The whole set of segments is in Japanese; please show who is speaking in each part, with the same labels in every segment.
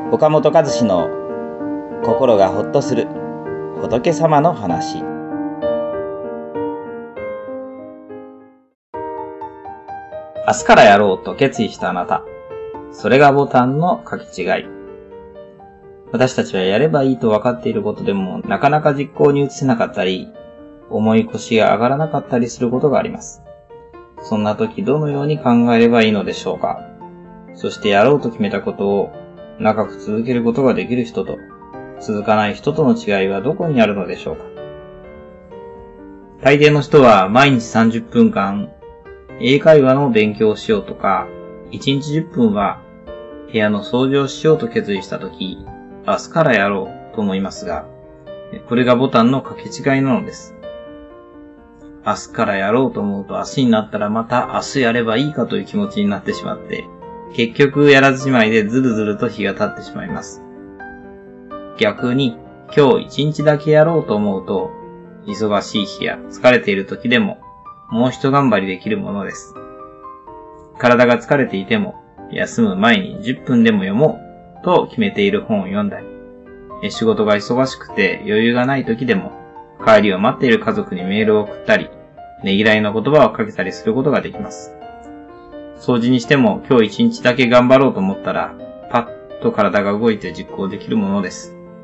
Speaker 1: 岡本和志の心がほっとする仏様の話。明日からやろうと決意したあなた、それがボタンの書き違い。私たちはやればいいと分かっていることでもなかなか実行に移せなかったり、重い腰が上がらなかったりすることがあります。そんな時どのように考えればいいのでしょうか。そしてやろうと決めたことを長く続けることができる人と続かない人との違いはどこにあるのでしょうか。大抵の人は毎日30分間英会話の勉強をしようとか、1日10分は部屋の掃除をしようと決意したとき、明日からやろうと思いますが、これがボタンの掛け違いなのです。明日からやろうと思うと明日になったらまた明日やればいいかという気持ちになってしまって、結局やらずじまいでずるずると日が経ってしまいます。逆に今日一日だけやろうと思うと、忙しい日や疲れている時でももう一頑張りできるものです。体が疲れていても休む前に10分でも読もうと決めている本を読んだり、仕事が忙しくて余裕がない時でも帰りを待っている家族にメールを送ったり、ねぎらいの言葉をかけたりすることができます。掃除にしても今日一日だけ頑張ろうと思ったら、パッと体が動いて実行できるものです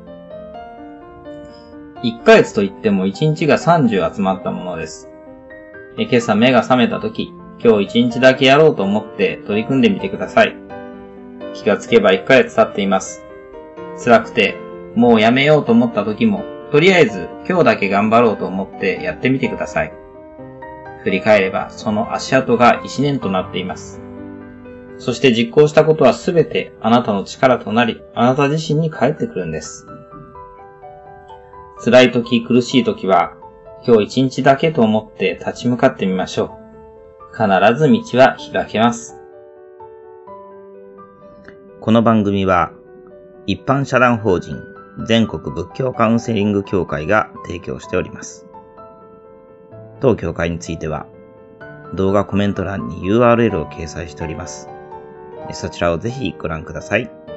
Speaker 1: 。1ヶ月といっても1日が30集まったものです。今朝目が覚めた時、今日1日だけやろうと思って取り組んでみてください。気がつけば1ヶ月経っています。辛くてもうやめようと思った時も、とりあえず今日だけ頑張ろうと思ってやってみてください。振り返ればその足跡が1年となっています。そして実行したことはすべてあなたの力となり、あなた自身に返ってくるんです。辛い時、苦しい時は今日一日だけと思って立ち向かってみましょう。必ず道は開けます。
Speaker 2: この番組は一般社団法人全国仏教カウンセリング協会が提供しております。当協会については動画コメント欄に URL を掲載しております。そちらをぜひご覧ください。